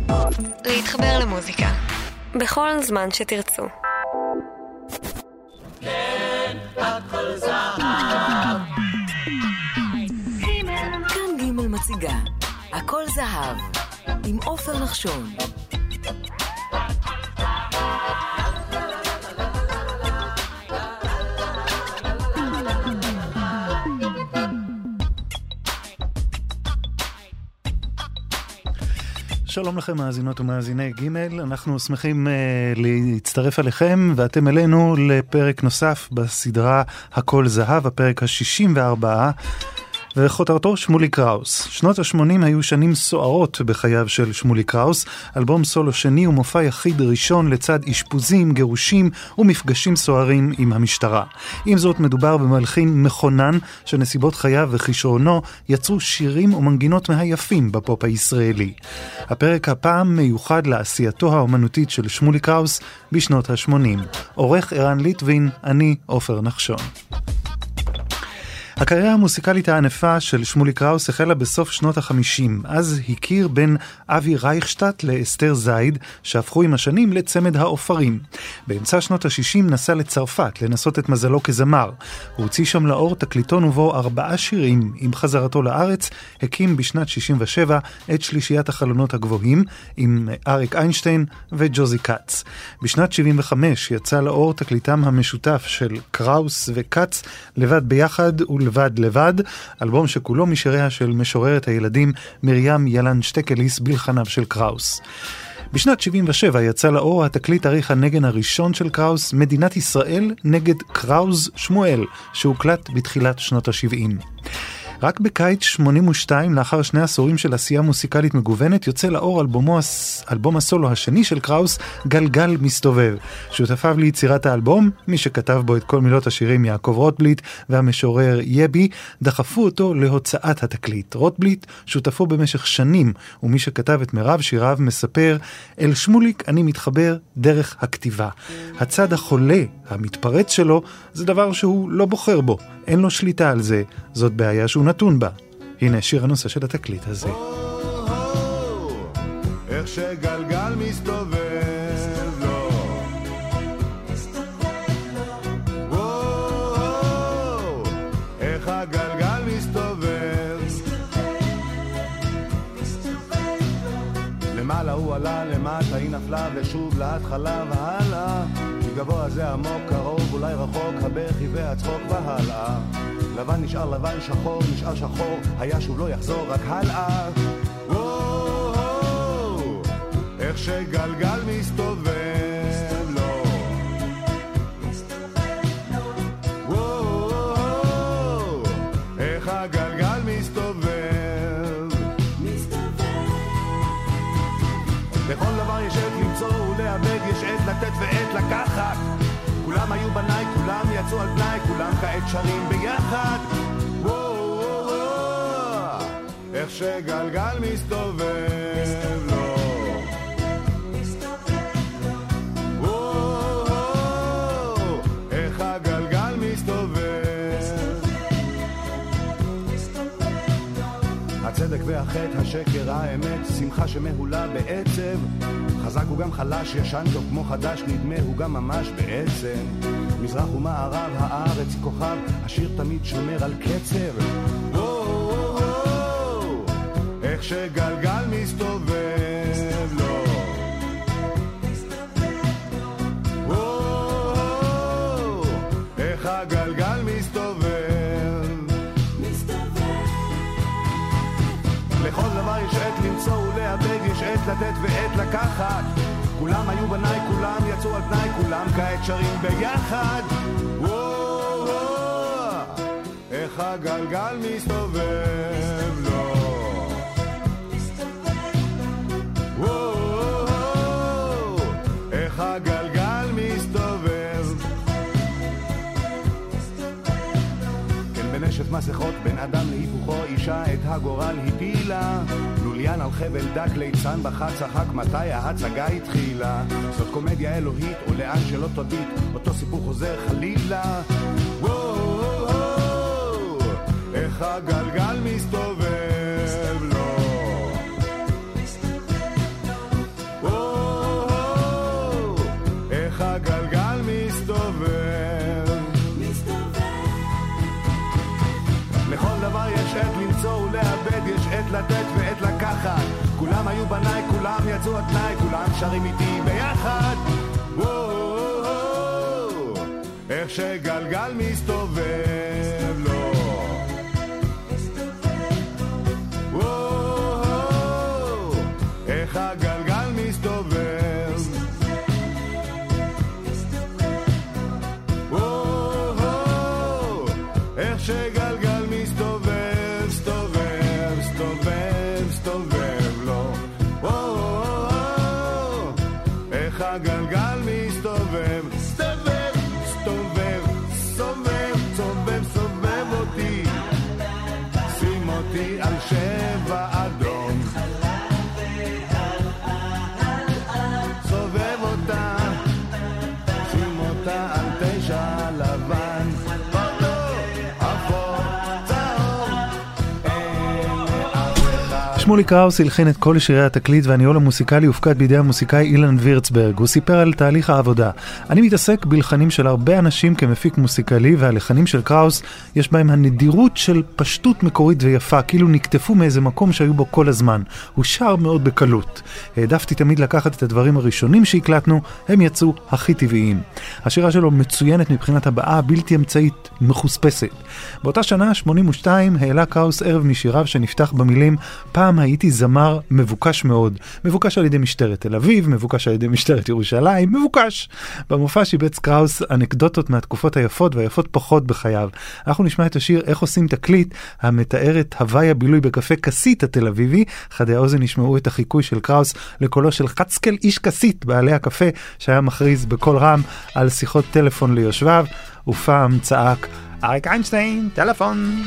להתחבר למוזיקה בכל זמן שתרצו. כן, הכל זהב. כאן ג' מציגה הכל זהב עם עופר נחשון. שלום לכם מאזינות ומאזיני ג', אנחנו שמחים להצטרף אליכם ואתם אלינו לפרק נוסף בסדרה הכל זהב, הפרק ה-64 וחותרתו שמולי קראוס. שנות ה-80 היו שנים סוערות בחייו של שמולי קראוס, אלבום סולו שני ומופע יחיד ראשון לצד אשפוזים, גירושים ומפגשים סוערים עם המשטרה. עם זאת מדובר במלחין מכונן שנסיבות חייו וכישרונו יצרו שירים ומנגינות מהיפים בפופ הישראלי. הפרק הפעם מיוחד לעשייתו האומנותית של שמולי קראוס בשנות ה-80. עורך ערן ליטווין, אני עופר נחשון. הקריירה המוסיקלית הענפה של שמולי קראוס החלה בסוף שנות ה-50. אז הכיר בין אבי רייכשטט לאסתר זייד, שהפכו עם השנים לצמד האופרים. באמצע שנות ה-60 נסע לצרפת לנסות את מזלו כזמר. הוא הוציא שם לאור תקליטון ובו 4 שירים. עם חזרתו לארץ הקים בשנת 67 את שלישיית החלונות הגבוהים עם אריק איינשטיין וג'וזי קאץ. בשנת 75 יצא לאור תקליטם המשותף של קראוס וקאץ לבד ביחד לבד, אלבום שכולו משיריה של משוררת הילדים מרים ילן שטקליס בלחניו של קראוס. בשנת 77 יצא לאור התקליט עריך הנגן הראשון של קראוס, מדינת ישראל נגד קראוס שמואל, שהוקלט בתחילת שנות ה-70. רק בקיץ 82, לאחר 2 עשורים של עשייה מוסיקלית מגוונת, יוצא לאור אלבום הסולו השני של קראוס, גלגל מסתובב. שותפיו ליצירת האלבום, מי שכתב בו את כל מילות השירים יעקב רוטבליט והמשורר יבי, דחפו אותו להוצאת התקליט. רוטבליט שותפו במשך שנים, ומי שכתב את מירב שיריו מספר, אל שמוליק אני מתחבר דרך הכתיבה. הצד החולה, המתפרץ שלו, זה דבר שהוא לא בוחר בו. אין לו שליטה על זה, זאת בעיה שהוא נתון בה. הנה שיר הנושא של התקליט הזה. איך שגלגל מסתובב לו, איך הגלגל מסתובב, למעלה הוא עלה, למטה היא נפלה ושוב להתחלה והלאה. גבוה זה עמוק, קרוב, אולי רחוק, הבכי והצחוק והלאה. לבן נשאר לבן, שחור נשאר שחור, היה שוב לא יחזור, רק הלאה. איך שגלגל מסתובב לו, איך הגלגל מסתובב, לכל דבר יש עת למצוא ולאבד, יש עת לתת ועת לקחת. כולם היו בניי, כולם יצאו על פניי, כולם כעת שרים ביחד. איך שגלגל מסתובב לו, איך הגלגל מסתובב, הצדק והחטא, השקר, האמת, שמחה שמהולה בעצב. חזק הוא גם חלש, ישן טוב כמו חדש, נדמה הוא גם ממש בעצם. מזרח ומערב, הארץ היא כוכב, השיר תמיד שומר על קצב. איך שגלגל מסתובב לו, איך הגלגל מסתובב, לכל דבר יש עת למצוא ולאבד, יש עת לתת ועת לקחת. כולם היו בניי, כולם יצאו על פניי, כולם כעת שרים ביחד. איך הגלגל מסתובב לו, איך הגלגל מסתובב. כן בנשף מסכות בין אדם להיפוכו, אישה את הגורל הפילה. לוליין על חבל דק ליצן בחד צחק, מתי ההצגה התחילה. זאת קומדיה אלוהית או לאן שלא תביט, אותו סיפור חוזר חלילה. איך הגלגל מסתובב לו, עת לתת ועת לקחת, כולם היו בניי, כולם יצאו התנאי, כולם שרים איתי ביחד. איך שגלגל מסתובב לו, איך הגלגל מסתובב, איך שגלגל מסתובב, סתובב, סתובב, סתובב לו, איך הגלגל מסתובב, סתובב, סתובב, סובב, סובב, סובב אותי, שים אותי על שבע אדום, סובב אותה, שים אותה על תשע לבן, שמולי קראוס הלחין את כל שירי התקליט, והניהול המוסיקלי הופקד בידי המוסיקאי אילן וירצברג. הוא סיפר על תהליך העבודה. אני מתעסק בלחנים של הרבה אנשים כמפיק מוסיקלי, והלחנים של קראוס יש בהם הנדירות של פשטות מקורית ויפה, כאילו נקטפו מאיזה מקום שהיו בו כל הזמן. הוא שר מאוד בקלות. העדפתי תמיד לקחת את הדברים הראשונים שהקלטנו, הם יצאו הכי טבעיים. השירה שלו מצוינת מבחינת הבאה, בלתי אמצעית, מחוספסת. באותה שנה, 82, העלה קראוס ערב משיריו שנפתח במילים פעם הייתי זמר מבוקש מאוד. מבוקש על ידי משטרת תל אביב, מבוקש על ידי משטרת ירושלים, מבוקש. במופע שיבץ קראוס אנקדוטות מהתקופות היפות והיפות פחות בחייו. אנחנו נשמע את השיר איך עושים תקליט, המתאר את הוואי הבילוי בקפה כסית התל אביבי. חדי האוזן ישמעו את החיקוי של קראוס לקולו של חצקל איש כסית בעלי הקפה, שהיה מכריז בכל רם על שיחות טלפון ליושביו, ופעם צעק אריק איינשטיין, טלפון.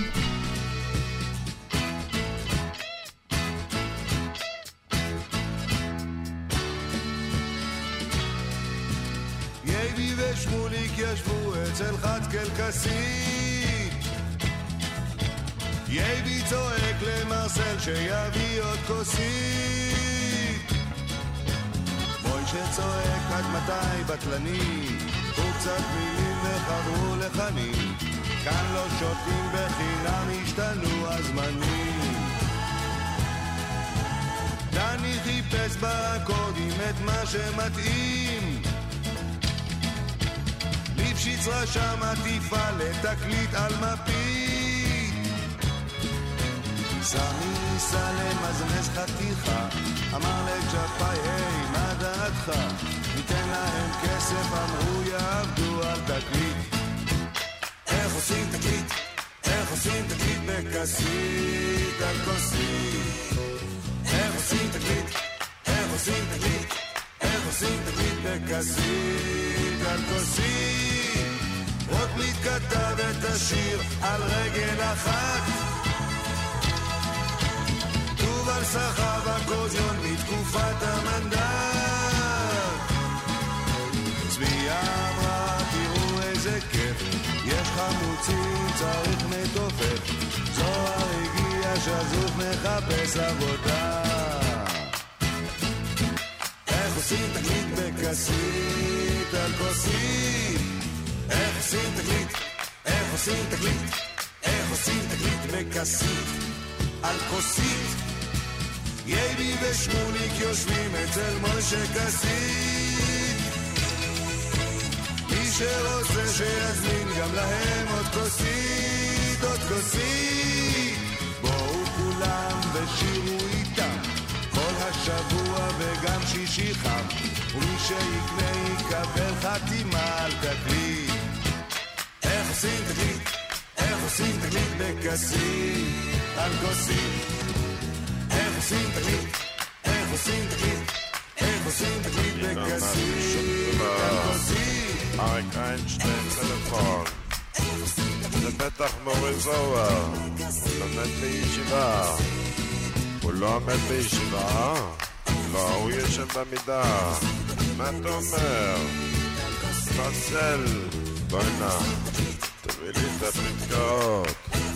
יבי ושמוליק ישבו אצל חצקל כסית, יבי צועק למרסל שיביא עוד כוסית, מוישה צועק עד מתי בטלני, וקצת מילים וחברו לחנים, כאן לא שותים בחינם, השתנו הזמנים. דני חיפש באקורדים את מה שמתאים, ליפשיץ רשם עטיפה לתקליט על מפית, סמי ניסה למזמז חתיכה, אמר לג'פאי היי מה דעתך, ניתן להם כסף, אמרו יעבדו על תקליט. איך עושים תקליט? איך עושים תקליט בכסית על כוסית? איך עושים תקליט? איך עושים תקליט? איך עושים תקליט בכסית על כוסית? רוטבליט כתב את השיר על רגל אחת, תובל סחב אקורדיון מתקופת המנדט, צביה אמרה תראו איזה כיף, יש חמוצים צריך מתופף, זוהר הגיע שזוף מחפש עבודה. איך עושים תקליט בכסית על כוסית? איך עושים תקליט? איך עושים תקליט? איך עושים תקליט בכסית על כוסית? יבי ושמוליק יושבים אצל משה כסית, מי שרוצה שיזמין גם להם עוד כוסית, עוד כוסית. בואו כולם ושירו איתם כל השבוע וגם שישי חם, ומי שיקנה יקבל חתימה על תקליט. איך עושים תקליט? איך עושים תקליט בכסית על כוסית? איך עושים תקליט? איך עושים תקליט? איך עושים תקליט בכסית על כוסית? אריק איינשטיין טלפון, זה בטח מורי זוהר, הוא לומד בישיבה. הוא לא עומד בישיבה? לא, הוא ישב במידה. מה אתה אומר? פסל, בואי נע, תביא לי את הפתקאות.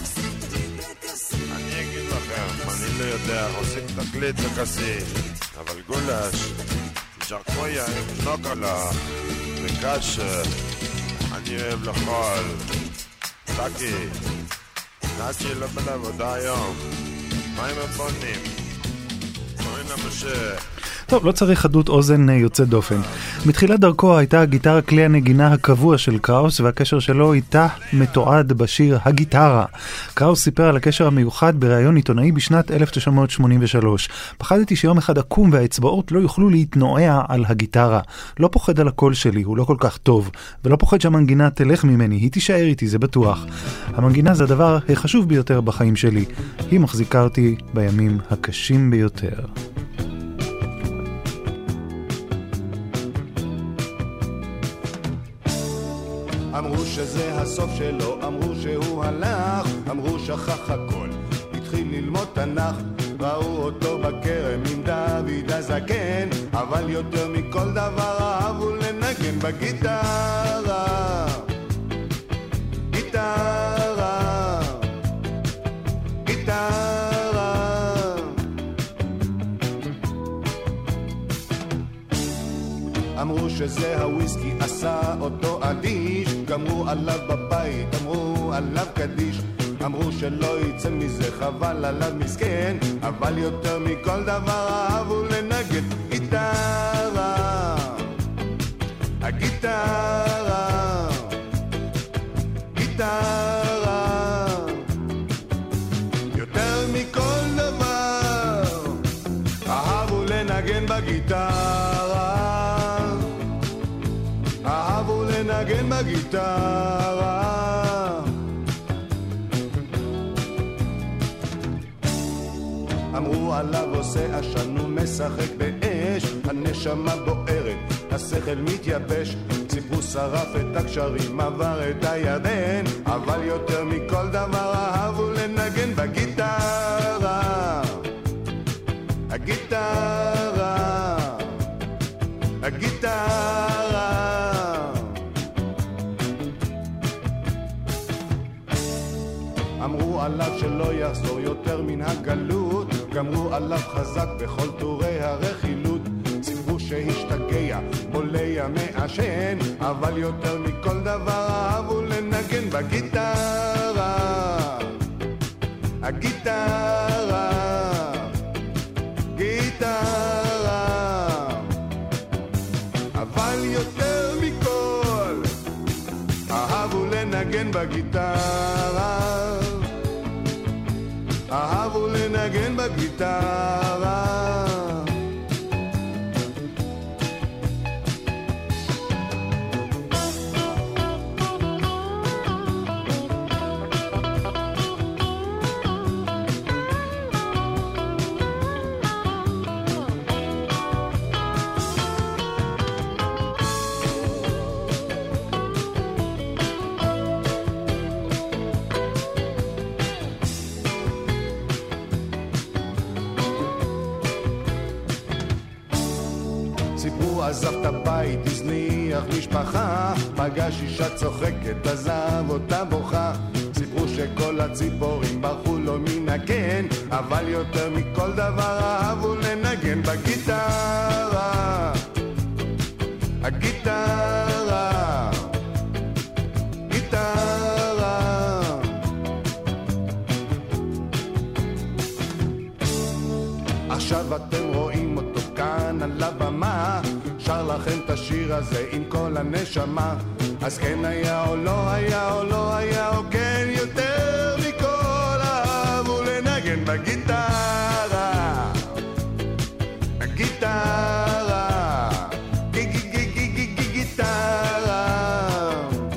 אני אגיד לכם, אני לא יודע איך עושים תקליט בכסית, אבל גולש, ג'רקויה עם נוקלה וקשה, אני אוהב לאכול. טאקי, נאצ'י לא בלעבודה היום, מה עם הפונים? פונים למשה. טוב, לא צריך חדות אוזן יוצא דופן. מתחילת דרכו הייתה הגיטרה כלי הנגינה הקבוע של קראוס, והקשר שלו איתה מתועד בשיר הגיטרה. קראוס סיפר על הקשר המיוחד בראיון עיתונאי בשנת 1983. פחדתי שיום אחד אקום והאצבעות לא יוכלו להתנועע על הגיטרה. לא פוחד על הקול שלי, הוא לא כל כך טוב, ולא פוחד שהמנגינה תלך ממני, היא תישאר איתי, זה בטוח. המנגינה זה הדבר החשוב ביותר בחיים שלי. היא מחזיקה אותי בימים הקשים ביותר. אמרו שזה הסוף שלו, אמרו שהוא הלך, אמרו שכח הכל, התחיל ללמוד תנ"ך, ראו אותו בכרם עם דוד הזקן, אבל יותר מכל דבר אהבו לנגן בגיטרה. גיטרה, גיטרה. אמרו שזה הוויסקי עשה אותו אדיש, גמרו עליו בבית, אמרו עליו קדיש, אמרו שלא יצא מזה, חבל עליו מסכן, אבל יותר מכל דבר אהבו לנגן גיטרה. הגיטרה, גיטרה, יותר מכל דבר אהבו לנגן בגיטרה, אהבו לנגן בגיטרה. אמרו עליו עושה עשן ומשחק באש, הנשמה בוערת, השכל מתייבש, ציפו שרף את הקשרים, עבר את הירדן, אבל יותר מכל דבר אהבו לנגן בגיטרה. הגיטרה, הגיטרה. אמרו עליו שלא יחזור יותר מן הגלות, גמרו עליו חזק בכל תורי הרכילות, סיפרו שהשתגע, בולע מעשן, אבל יותר מכל דבר אהבו לנגן בגיטרה. הגיטרה, גיטרה. אבל יותר מכל אהבו לנגן בגיטרה, אהבו לנגן בגיטרה. עזב את הבית, הזניח משפחה, פגש אישה צוחקת, עזב אותה בוכה, סיפרו שכל הציפורים ברחו לו מן הקן, אבל יותר מכל דבר אהבו לנגן בגיטרה. הגיטרה, גיטרה. עכשיו אתם רואים אותו כאן על הבמה, שר לכם את השיר הזה עם כל הנשמה, אז כן היה או לא היה או לא היה או כן, יותר מכל אהבו לנגן בגיטרה. הגיטרה, גיטרה.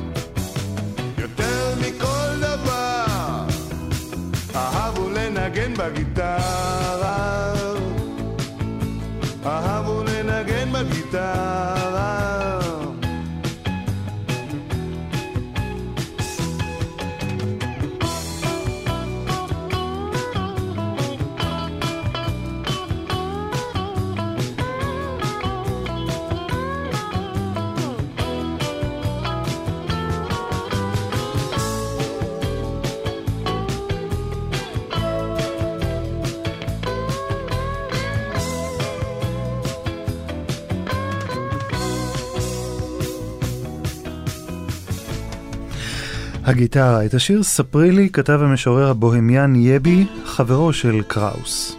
יותר מכל דבר אהבו לנגן בגיטרה, אהבו לנגן בגיטרה. הגיטרה. את השיר ספרי לי כתב המשורר הבוהמיאן יבי, חברו של קראוס.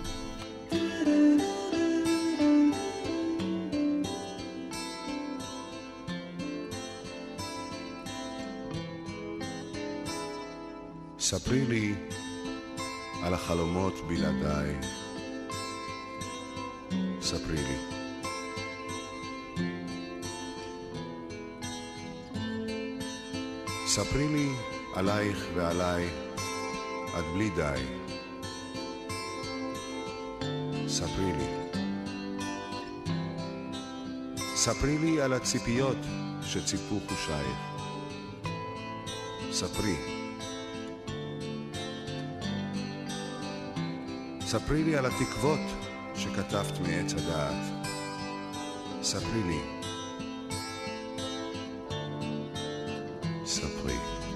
ספרי לי על החלומות בלעדיי, ספרי לי. ספרי לי עלייך ועליי עד בלי די, ספרי לי. ספרי לי על הציפיות שציפו חושייך, ספרי. ספרי לי על התקוות שכתבת מעץ הדעת, ספרי לי. ספרי.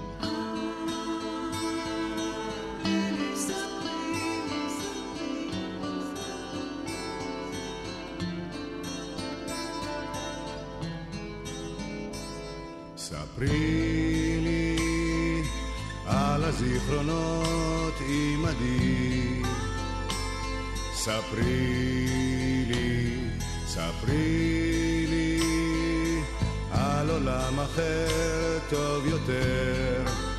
ספרי לי על הזיכרונות עמדי, ספרי לי, ספרי לי על עולם אחר טוב יותר,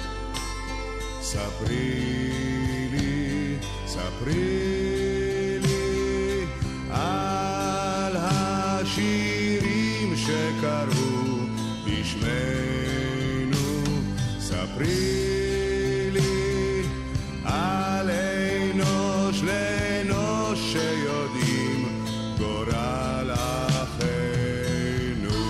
ספרי לי, ספרי לי על השירים שקראו בשמנו, ספרי לי על אנוש לאנוש שיודעים גורל אחינו.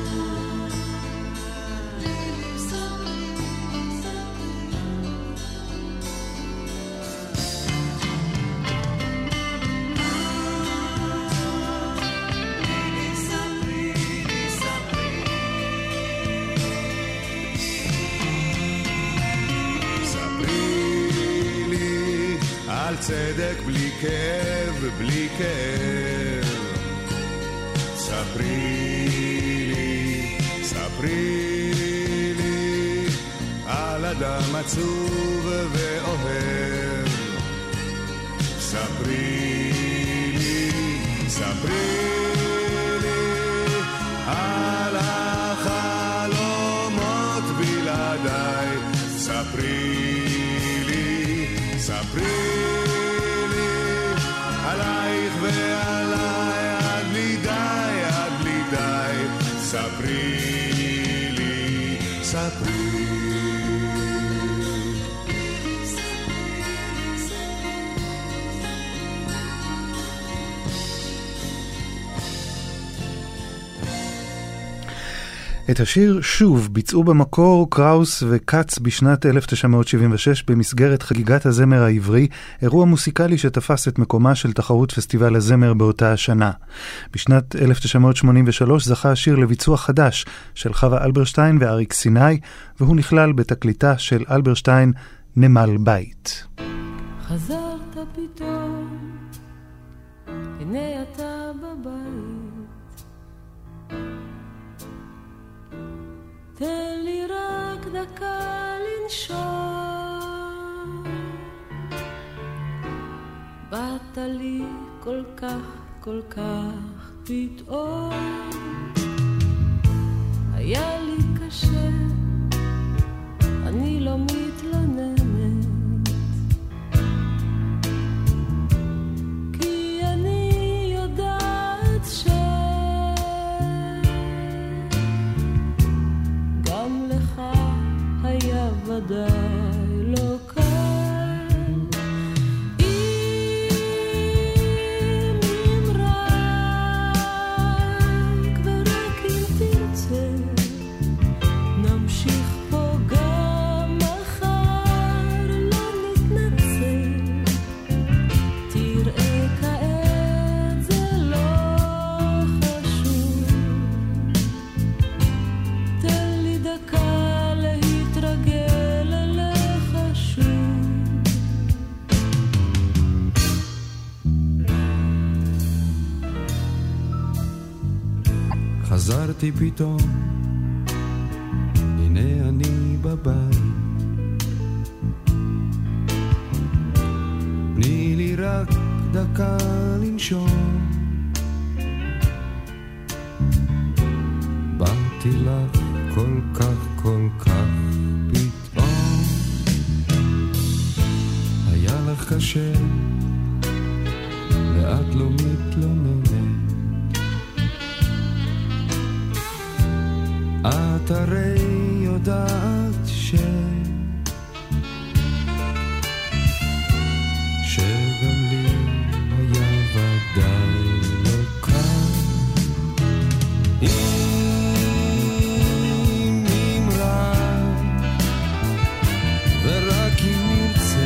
על צדק בלי כאב, בלי כאב, ספרי לי, ספרי לי על אדם עצוב ואוהב, ספרי לי, ספרי לי על החלומות בלעדיי, ספרי לי, ספרי עלייך ועליי עד בלי די, עד בלי די, ספרי לי, ספרי. את השיר שוב ביצעו במקור קראוס וקץ בשנת 1976 במסגרת חגיגת הזמר העברי, אירוע מוסיקלי שתפס את מקומה של תחרות פסטיבל הזמר באותה השנה. בשנת 1983 זכה השיר לביצוע חדש של חווה אלברשטיין ואריק סיני, והוא נכלל בתקליטה של אלברשטיין, נמל בית. חזרת פתאום, הנה אתה בבית, תן לי רק דקה לנשום, באת לי כל כך, כל כך פתאום, היה לי קשה, אני לא מתלוננת, כי אני יודעת היה ודאי לא קל, אם רק ורק אם תרצה נמשיך פה גם מחר, לא נתנצל, תראה כעת זה לא חשוב, תן לי דקה חזרתי פתאום, הנה אני בבית, רק דקה לנשום, באתי לך כל כך כל כך פתאום, היה לך קשה ואת לא מתלוננת, את הרי יודעת שגם לי היה ודאי לא קל, אם נמרא ורק אם נרצה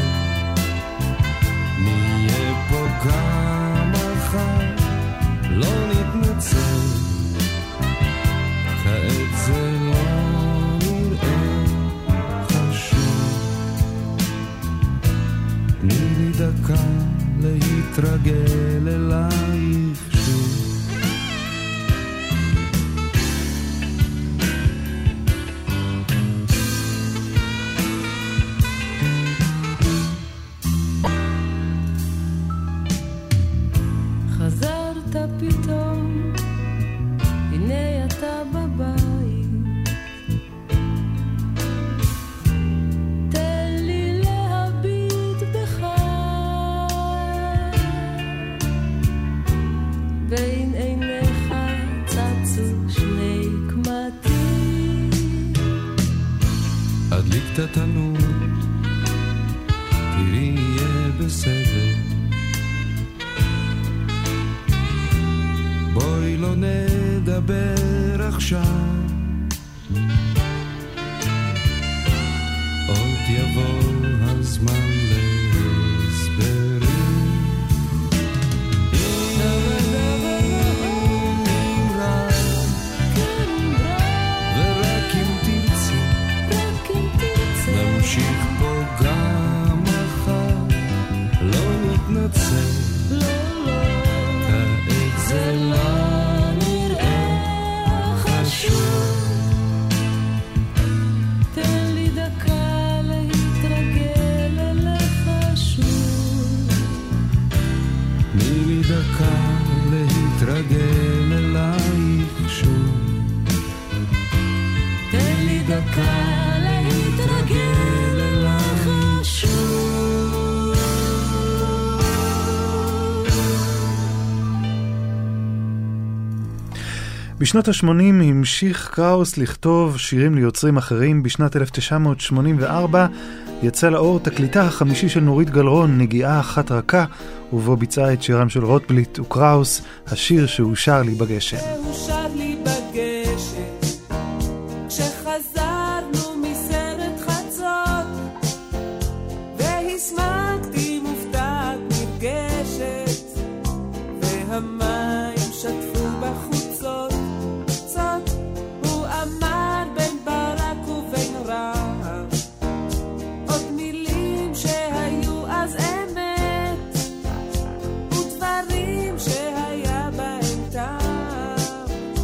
נהיה פה גם מחר, לא נתנצל, כעת זה לא נראה חשוב, תני לי דקה להתרגל אלייך שוב. חזרת פתאום, הנה אתה בבית, תן לי להביט בך, בין עיניך צצו שני קמטים, הדליק את התנור, תראי יהיה בסדר, בואי לא נדבר עכשיו, עוד יבוא הזמן להסברים, אם נמרא ורק אם תרצי נמשיך פה גם מחר, לא נתנצל, כעת זה לא נראה חשוב, תן לי דקה להתרגל אליך שוב, תני לי דקה להתרגל אלייך שוב, תן לי דקה להתרגל אליך שוב. בשנות ה-80 המשיך קראוס לכתוב שירים ליוצרים אחרים. בשנת 1984 יצא לאור תקליטה החמישי של נורית גלרון, נגיעה אחת רכה, ובו ביצעה את שירם של רוטבליט וקראוס, השיר שהוא שר לי בגשם. הוא שר לי בגשם כשחזרנו מסרט חצות, והסמקתי מופתעת נרגשת, והמים שטפו בחוצות, צות הוא אמר בין ברק ובין רעם, עוד מילים שהיו אז אמת, ודברים שהיה בהם טעם,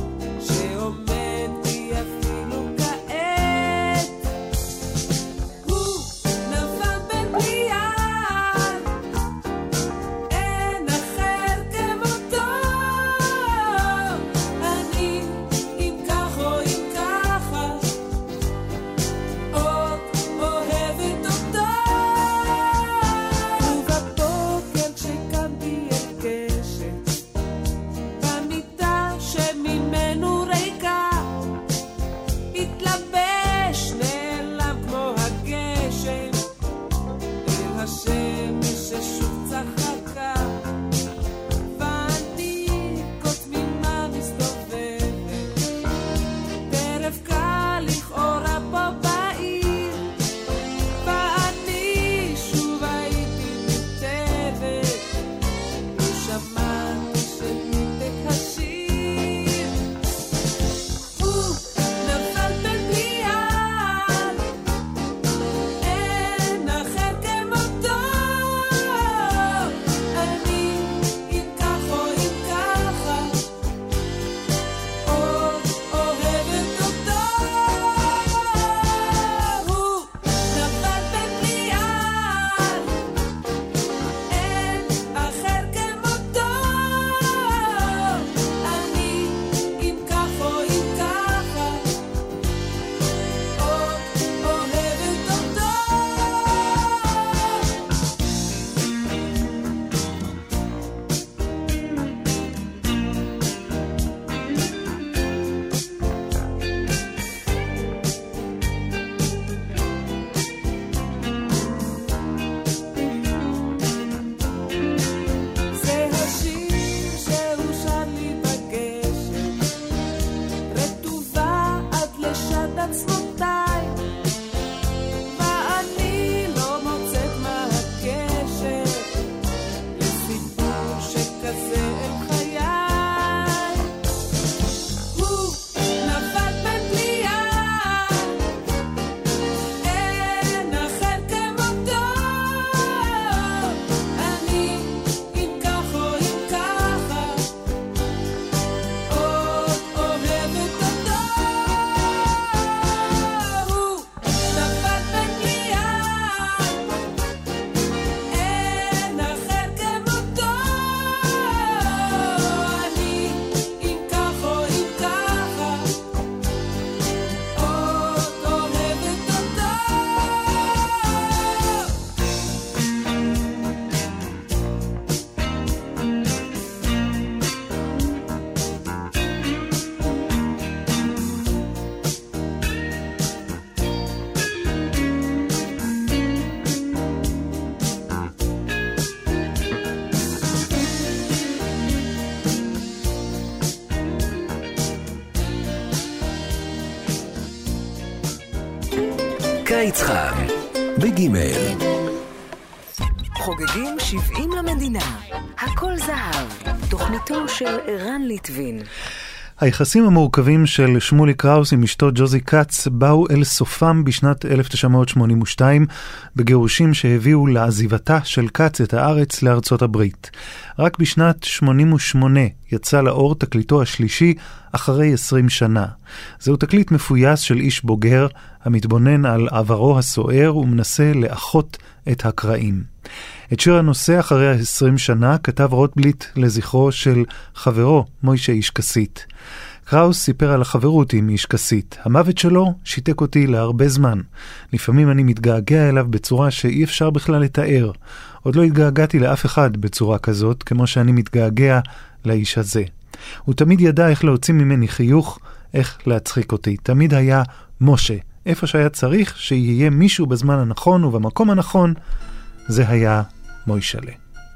קיץ חם, בגימל. חוגגים 70 למדינה. הכל זהב. תוכניתו של ערן ליטבין. היחסים המורכבים של שמולי קראוס עם אשתו ג'וזי קאץ באו אל סופם בשנת 1982 בגירושים שהביאו לעזיבתה של קאץ את הארץ לארצות הברית. רק בשנת 88 יצא לאור תקליטו השלישי אחרי 20 שנה. זהו תקליט מפויס של איש בוגר המתבונן על עברו הסוער ומנסה לאחות את הקרעים. את שיר הנושא אחרי 20 שנה כתב רוטבליט לזכרו של חברו מוישה איש כסית. קראוס סיפר על החברות עם איש כסית. המוות שלו שיתק אותי להרבה זמן. לפעמים אני מתגעגע אליו בצורה שאי אפשר בכלל לתאר. עוד לא התגעגעתי לאף אחד בצורה כזאת, כמו שאני מתגעגע לאיש הזה. הוא תמיד ידע איך להוציא ממני חיוך, איך להצחיק אותי. תמיד היה משה. איפה שהיה צריך שיהיה מישהו בזמן הנכון ובמקום הנכון, זה היה מוישלה.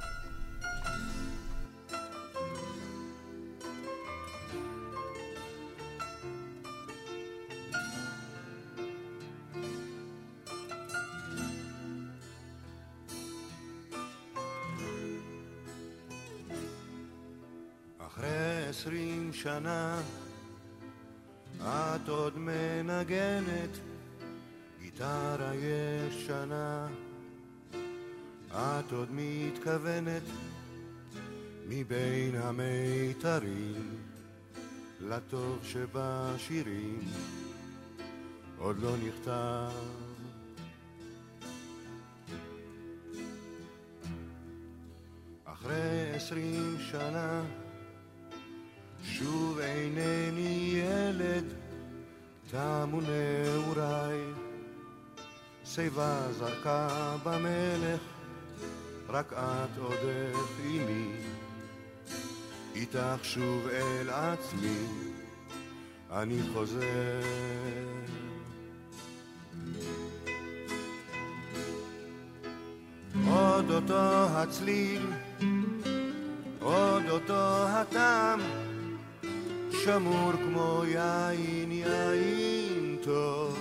אחרי 20 שנה את עוד מנגנת גיטרה ישנה, את עוד מתכוונת מבין המיתרים לטוב שבשירים עוד לא נכתב. אחרי 20 שנה שוב אינני ילד, תמו נעוריי, שיבה זרקה במלך, רק את עודך עימי, איתך שוב אל עצמי, אני חוזר. עוד אותו הצליל, עוד אותו הטעם, שמור כמו יין, יין טוב,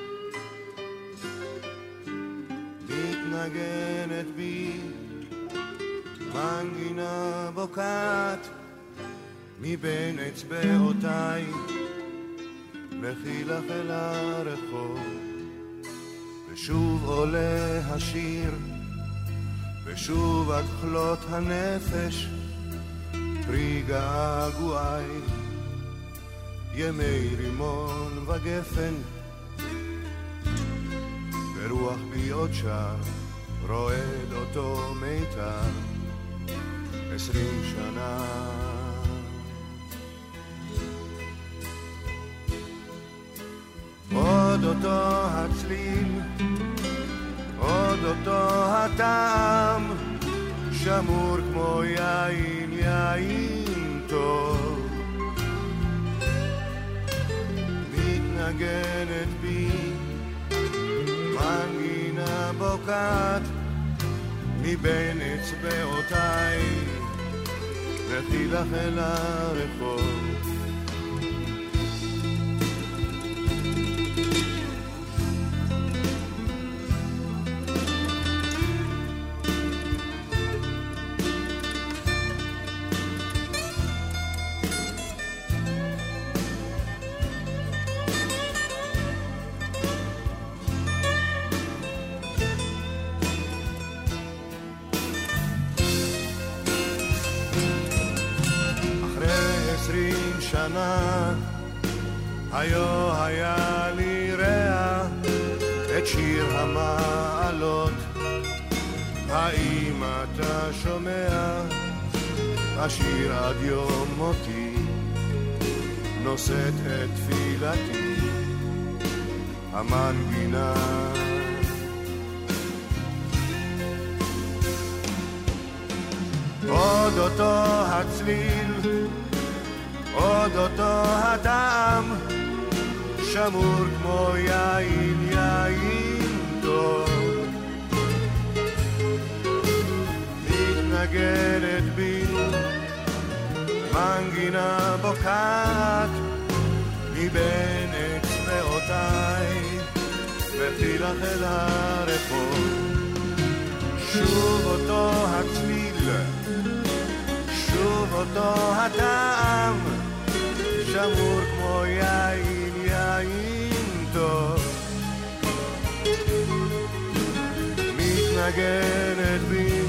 מתנגנת בי מנגינה בוקעת מבין אצבעותיי, לכי לך אל הרחוב, ושוב עולה השיר, ושוב עד כלות הנפש פרי געגועי, ימי רימון וגפן, ברוח בי עוד שר רועד אותו מיתר, 20 שנה. עוד אותו הצליל, עוד אותו הטעם, שמור כמו יין, יין טוב, מתנגנת בי מנגינה בוקעת מבין אצבעותיי, לכי לך אל הרחוב. שנה היו היה לי רע את שיר המעלות, האם אתה שומע? השיר עד יום מותי נושאת את תפילתי, המנגינה עוד אותו הצליל, עוד אותו הטעם, שמור כמו יין, יין טוב, מתנגנת בי מנגינה בוקעת מבין אצבעותיי, ותלך אל הרחוב, שוב אותו הצליל, שוב אותו הטעם, שמור כמו יין, יין טוב, מתנגנת בי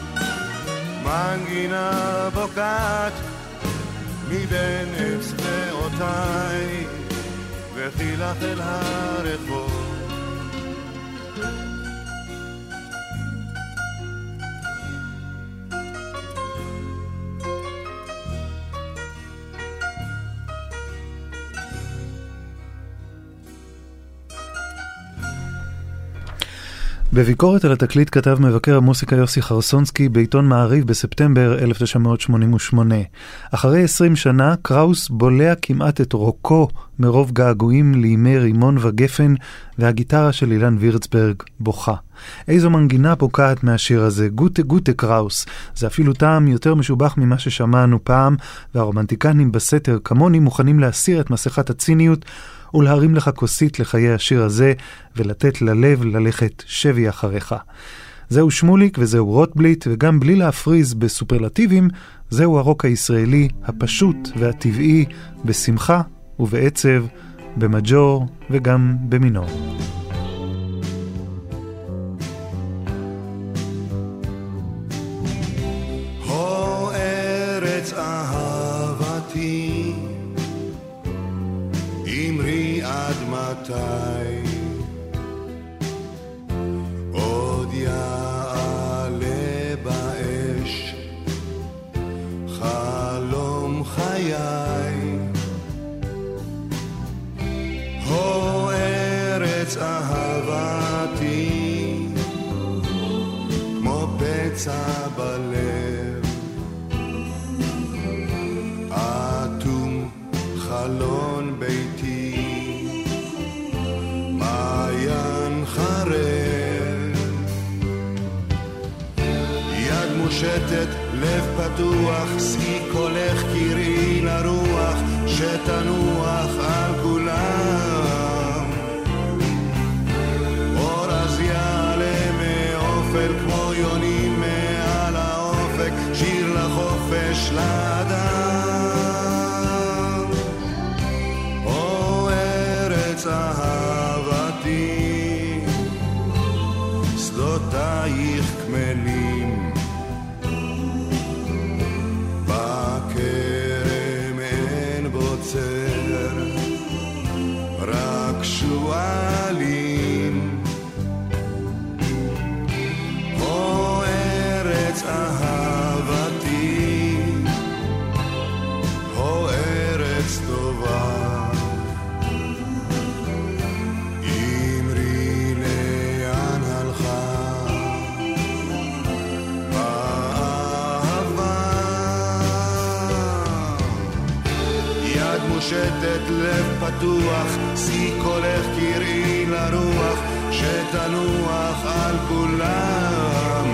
מנגינה בוקעת מבין אצבעותיי, וחילך אל הרחוב. בביקורת על התקליט כתב מבקר המוסיקה יוסי חרסונסקי בעיתון מעריב בספטמבר 1988. אחרי 20 שנה, קראוס בולע כמעט את רוקו מרוב געגועים לימי רימון וגפן, והגיטרה של אילן וירצברג בוכה. איזו מנגינה פוקעת מהשיר הזה, גוטה גוטה קראוס. זה אפילו טעם יותר משובח ממה ששמענו פעם, והרומנטיקנים בסתר כמוני מוכנים להסיר את מסכת הציניות, ולהרים לך כוסית לחיי השיר הזה, ולתת ללב ללכת שבי אחריך. זהו שמוליק וזהו רוטבליט, וגם בלי להפריז בסופרלטיבים, זהו הרוק הישראלי הפשוט והטבעי, בשמחה ובעצב, במג'ור וגם במינור. הו ארץ אהבתי, אמרי עד מתי עוד יעלה באש חלום חיי, הו ארץ אהבתי כמו פצע בלב אטום חלון ביתי מעיין חרב, יד מושטת לב פתוח, שיא קולך קראי לרוח שתנוח על כולם, אור אז יעלה מאופל כמו יונים מעל האופק, שיר לחופש לאדם, או ארץ אהבתי שדותייך כמלים, בכרם אין בוצר רק שואלים, או ארץ אהבתי, או ארץ טובה, אמרי לאן הלכה באהבה, יד מושטת לב פתוח, שיא קולך קראי לרוח שתנוח על כולם,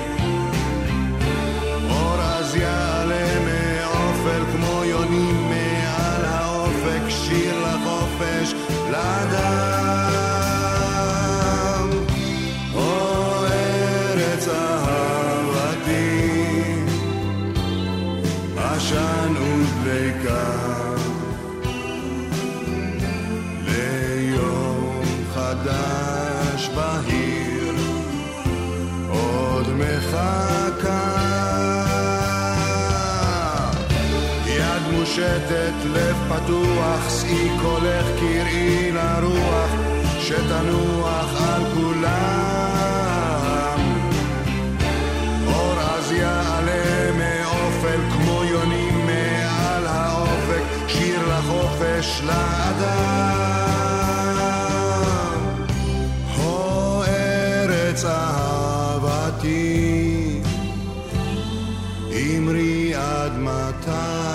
אור אז יעלה מאופל כמו יונים מעל האופק, שיר לחופש לאדם, או ארץ אהבתי, עשן ודליקה ליום חדש בהיר עוד מחכה, יד מושטת לב פתוח, שיא קולך קראי לרוח שתנוח על כולם, אור אז יעלה מאופל כמו יונים מעל האופק, שיר לחופש לאדם, הו ארץ אהבתי, אמרי עד מתי.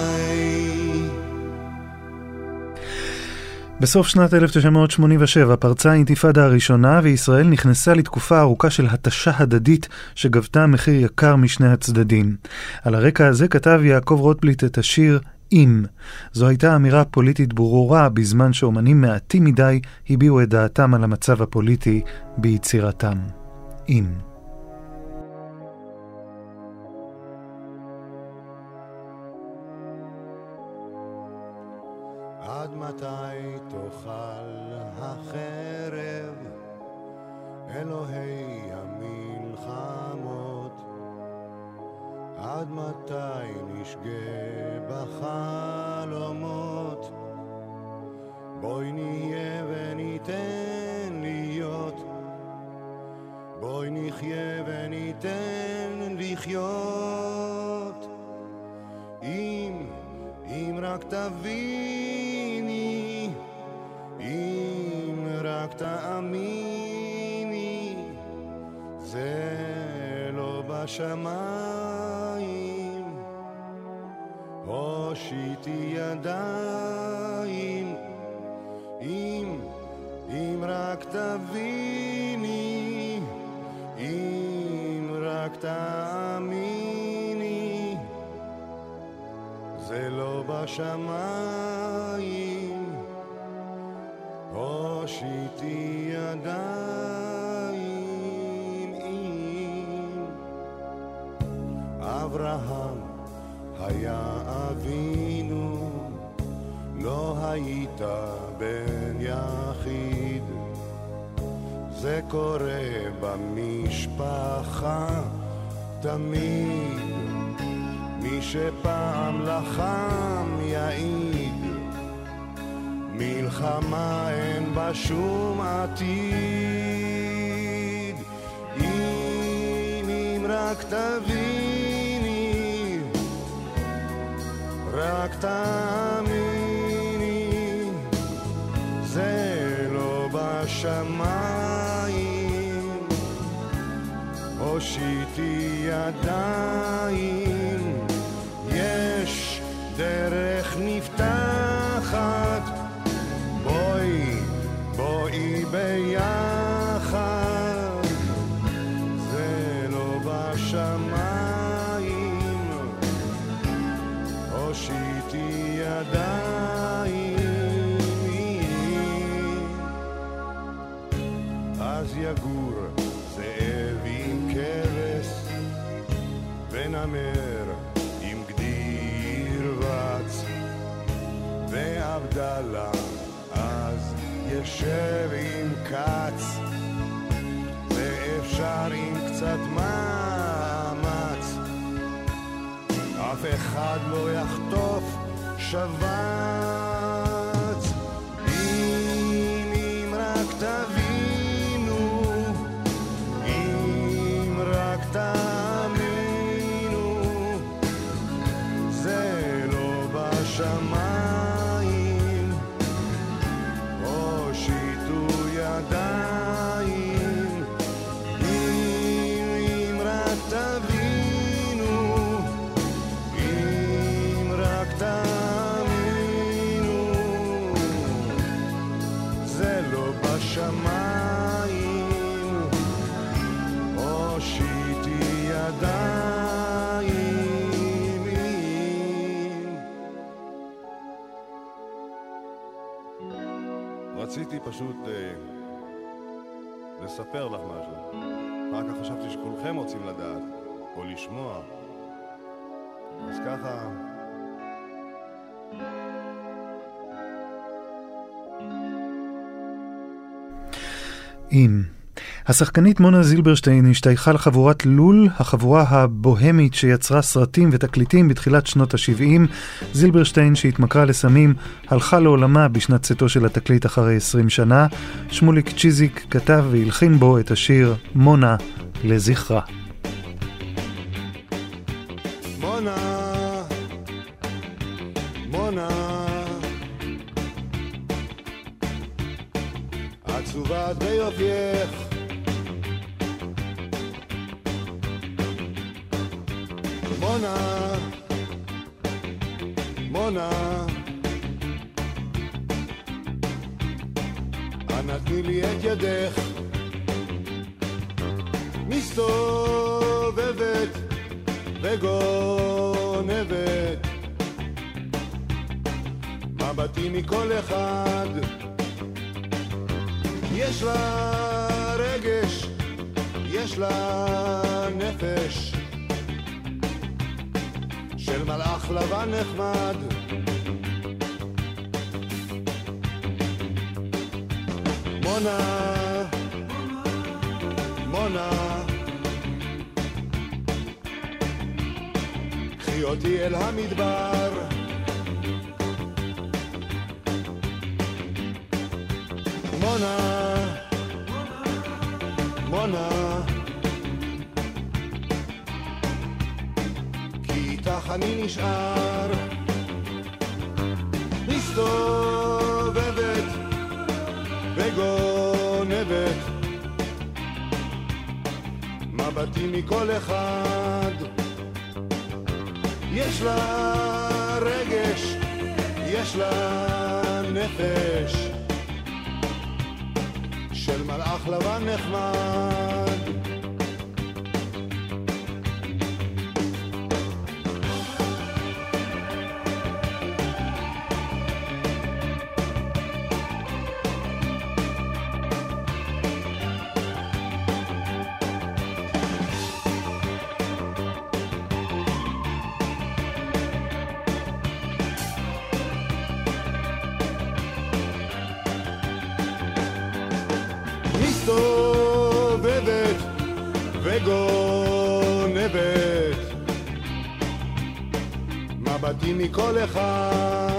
בסוף שנת 1987 פרצה האינתיפאדה הראשונה, וישראל נכנסה לתקופה ארוכה של התשה הדדית שגבתה מחיר יקר משני הצדדים. על הרקע הזה כתב יעקב רוטבליט את השיר אם. זו הייתה אמירה פוליטית ברורה בזמן שאומנים מעטים מדי הביעו את דעתם על המצב הפוליטי ביצירתם. אם. עד מתי תאכל החרב אלוהי המלחמות? עד מתי נשגה בחלומות? בואי נהיה וניתן להיות, בואי נחיה וניתן לחיות. אם רק תביני, אם רק תאמיני, זה לא בשמיים. הושיטי ידיים, אם רק תביני, אם רק תאמיני, זה לא בשמיים. הושיטי ידיים. אברהם היה אבינו, לא היית בן יחיד. זה קורה במשפחה תמיד, מי שפעם לחם יעיד. מלחמה אין בה שום עתיד. אם רק תביני, רק תאמיני, זה לא בשמיים. הושיטי ידיים, יש דרך נפתחת, בואי ביחד, זה לא בשמיים. הושיטי ידיים, אז יגור זאב עם כבש ונמר עם גדי ירבץ, ועבדאללה אז ישב עם קץ, ואפשר עם קצת מאמץ, אף אחד לא יחטוף שבץ. אם רק תבינו, אם רק תאמינו, זה לא בשמיים. הושיטו ידיים, אם רק תבינו, אם רק תאמינו, זה לא בשמיים. הושיטי ידיים. רציתי פשוט לספר לך משהו, רק חשבתי שכולכם רוצים לדעת או לשמוע, אז ככה. אם. השחקנית מונה זילברשטיין השתייכה לחבורת לול, החבורה הבוהמית שיצרה סרטים ותקליטים בתחילת שנות ה-70. זילברשטיין שהתמכרה לסמים הלכה לעולמה בשנת צאתו של התקליט אחרי 20 שנה. שמוליק צ'יזיק כתב והלחין בו את השיר מונה לזכרה. מונה, מונה, עצובה ביופייך, מונה, מונה, אנא תני לי את ידך, מסתובבת וגונבת, מבטים מכל אחד, יש לה רגש, יש לה נפש של מלאך לבן נחמד. מונה, מונה, קחי אותי אל המדבר, מונה, מונה, כי איתך אני נשאר, מסתובבת וגונבת מבטים מכל אחד, יש לה רגש, יש לה נפש של מלאך לבן נחמד. מסתובבת וגונבת מבטים מכל אחד,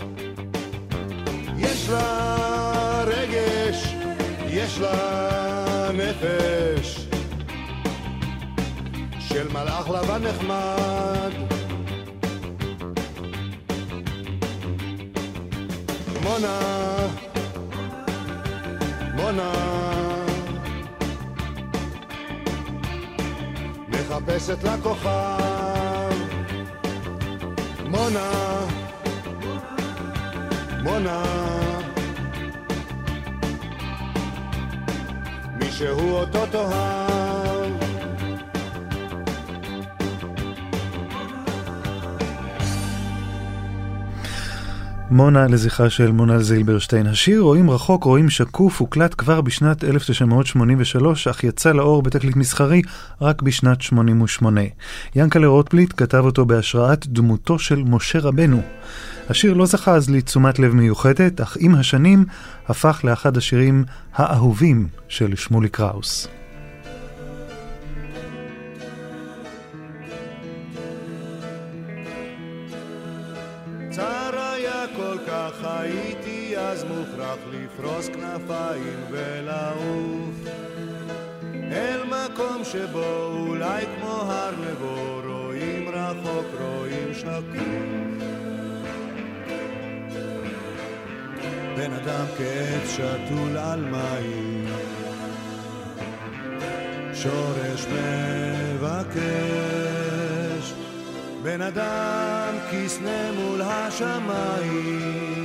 יש לה רגש, יש לה נפש של מלאך לבן נחמד. מונה, מונה, מחפשת לה כוכב, מונה, מונה, מישהו אותו תאהב. מונה לזכרה של מונה זילברשטיין. השיר רואים רחוק רואים שקוף הוקלט כבר בשנת 1983, אך יצא לאור בתקליט מסחרי רק בשנת 88. ינקלה רוטבליט כתב אותו בהשראת דמותו של משה רבנו. השיר לא זכה אז לתשומת לב מיוחדת, אך עם השנים הפך לאחד השירים האהובים של שמולי קראוס. הייתי אז מוכרח לפרוס כנפיים ולעוף אל מקום שבו אולי כמו הר נבו רואים רחוק רואים שקוף. בן אדם כעץ שתול על מים, שורש מבקש, בן אדם כסנה מול השמיים,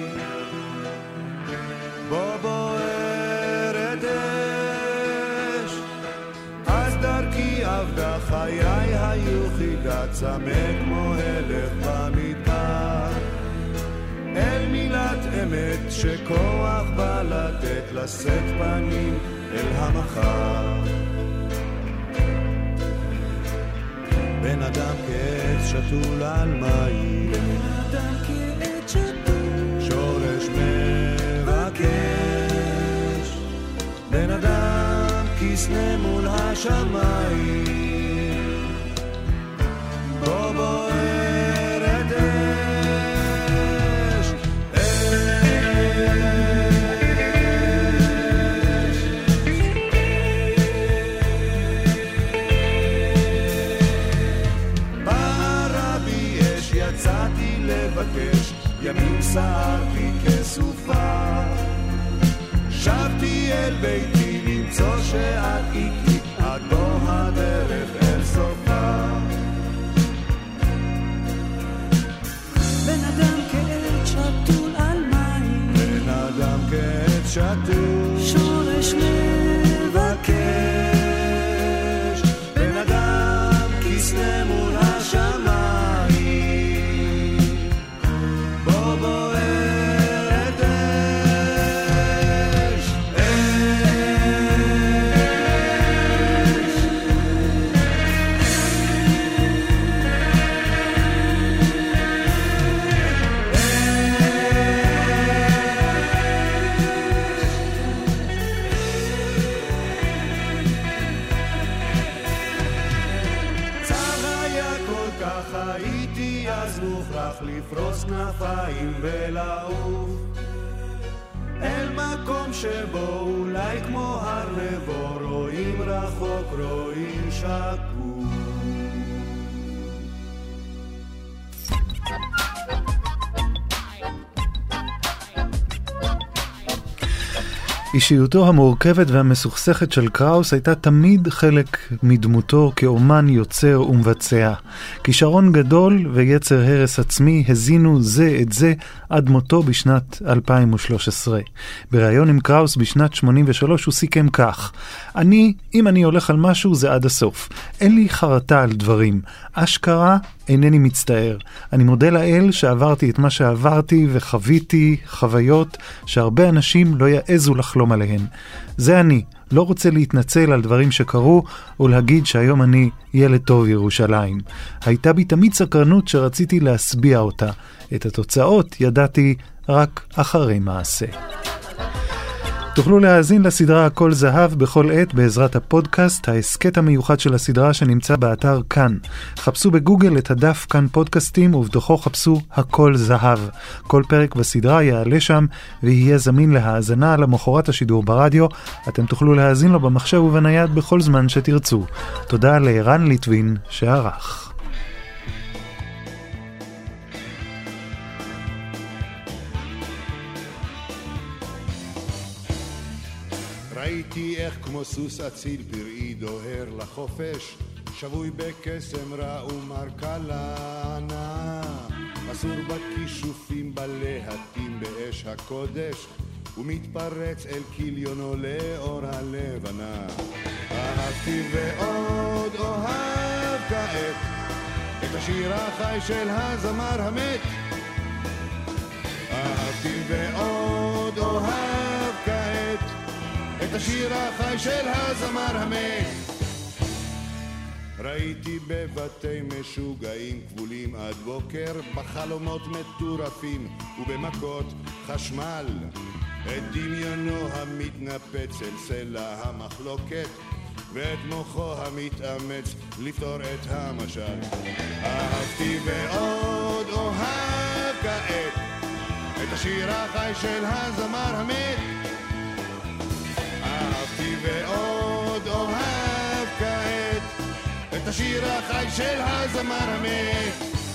בו בוערת אש, אז דרכי עבדה חיי היו חידה צמא כמו הלך במדבר, אל מילת אמת שכוח בא לתת לשאת פנים אל המחר. בן אדם כעץ שתול על מים, בן אדם כעץ שתול, שורש מבקש, בן אדם כסנה מול השמיים, בו בוערת אש, יצאתי לבקש, ימים סערתי כסופה, שבתי אל ביתי למצוא שאת איתי, עד בוא הדרך אל סופה. בן אדם כעץ שתול על מים, בן אדם כעץ שתול, שורש מבקש, בן אדם כסנה מול השמיים, בוא בוערת מוכרח לפרוס כנפיים ולעוף אל מקום שבו אולי כמו הר נבו רואים רחוק, רואים שקוף. אישיותו המורכבת והמסוכסכת של קראוס הייתה תמיד חלק מדמותו כאומן יוצר ומבצע. כישרון גדול ויצר הרס עצמי הזינו זה את זה עד מותו בשנת 2013. בריאיון עם קראוס בשנת 83 הוא סיכם כך: אם אני הולך על משהו זה עד הסוף. אין לי חרטה על דברים. אשכרה אינני מצטער. אני מודה לאל שעברתי את מה שעברתי וחוויתי חוויות שהרבה אנשים לא יעזו לחלום עליהן. זה אני. לא רוצה להתנצל על דברים שקרו ולהגיד שהיום אני ילד טוב ירושלים. הייתה בי תמיד סקרנות שרציתי להסביע אותה. את התוצאות ידעתי רק אחרי מעשה. תוכלו להאזין לסדרה הכל זהב בכל עת בעזרת הפודקאסט, העסקט המיוחד של הסדרה שנמצא באתר כאן. חפשו בגוגל את הדף כאן פודקאסטים ובתוכו חפשו הכל זהב. כל פרק בסדרה יעלה שם ויהיה זמין להאזנה למחרת השידור ברדיו. אתם תוכלו להאזין לו במחשב ובנייד בכל זמן שתרצו. תודה לערן ליטבין שערך. ראיתי איך כמו סוס אציל פראי דוהר לחופש שבוי בקסם רע ומרכלנה אסור בכישופים בלהטים באש הקודש ומתפרץ אל כיליונו לאור הלבנה אהבתי ועוד אוהב כעת את השיר החי של הזמר המת אהבתי ועוד אוהב כעת את השיר החי של הזמר המת ראיתי בבתי משוגעים כבולים עד בוקר בחלומות מטורפים ובמכות חשמל את דמיונו המתנפץ אל סלע המחלוקת ואת מוחו המתאמץ לפתור את המשל אהבתי ועוד אוהב כעת את השיר החי של הזמר המת אהבתי ועוד אוהב כעת את השיר החי של הזמר המת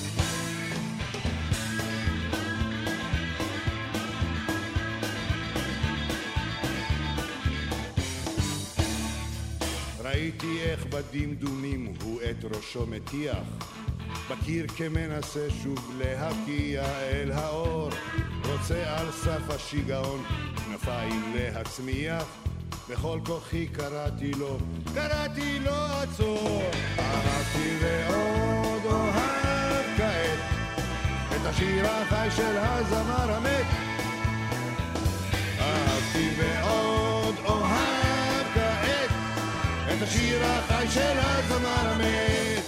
ראיתי איך בדמדומים הוא את ראשו מטיח בקיר כמנסה שוב להקיע אל האור רוצה על סף השיגעון כנפיים להצמיח בכל כוחי קראתי לו עצור אהבתי ועוד אוהב כעת את השיר החי של הזמר המת אהבתי ועוד אוהב כעת את השיר החי של הזמר המת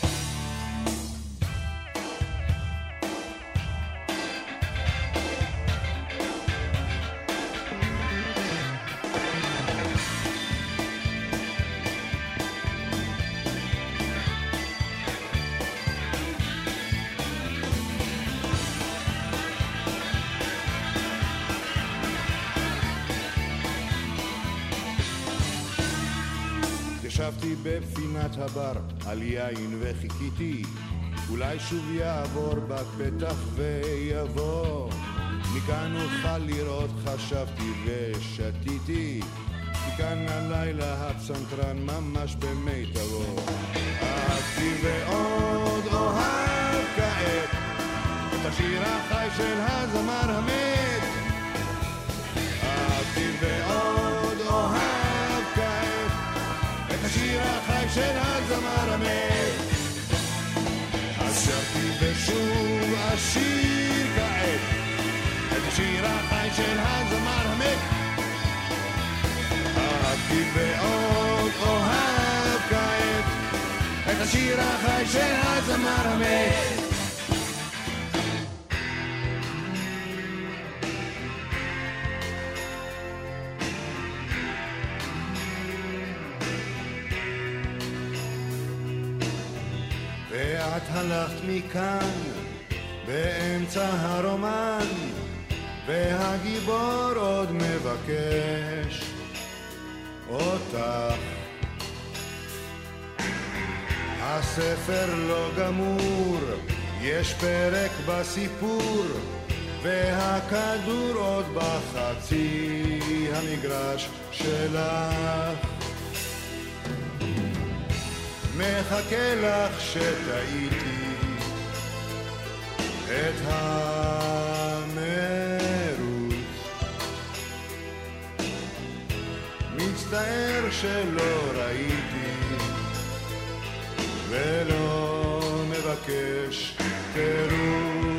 ישבתי בפינת הבר על יין וחיכיתי אולי שוב יעבור בפתח ויבוא מכאן אוכל לראות חשבתי ושתיתי מכאן הלילה הפסנתרן ממש במיטבו אהבתי ועוד אוהב כעת את השיר החי של הזמר המת אהבתי ועוד אוהב כעת את השיר החי של הזמר המת אז שרתי ושוב השיר כעת את השיר החי של הזמר המת אהבתי ועוד אוהב כעת את השיר החי של הזמר המת ואת הלכת מכאן באמצע הרומן, והגיבור עוד מבקש אותך. הספר לא גמור, יש פרק בסיפור, והכדור עוד בחצי המגרש שלך. מחכה לך שטעיתי את המרוץ, מצטער שלא ראיתי ולא מבקש תירוץ.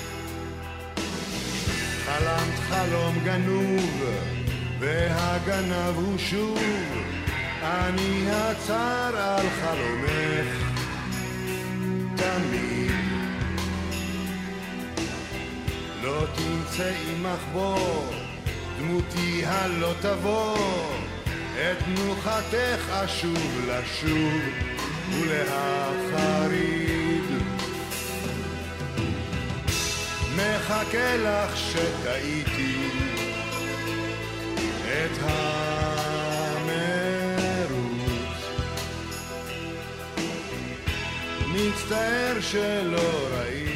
חלמת חלום גנוב והגנב הוא שוב, אני הצר על חלומך תמיד. לא תמצאי מחבור, דמותי הלא תבוא, את תנוחתך אשוב לשוב ולהחריד. מחכה לך שטעיתי את המרוץ, מצטער שלא ראיתי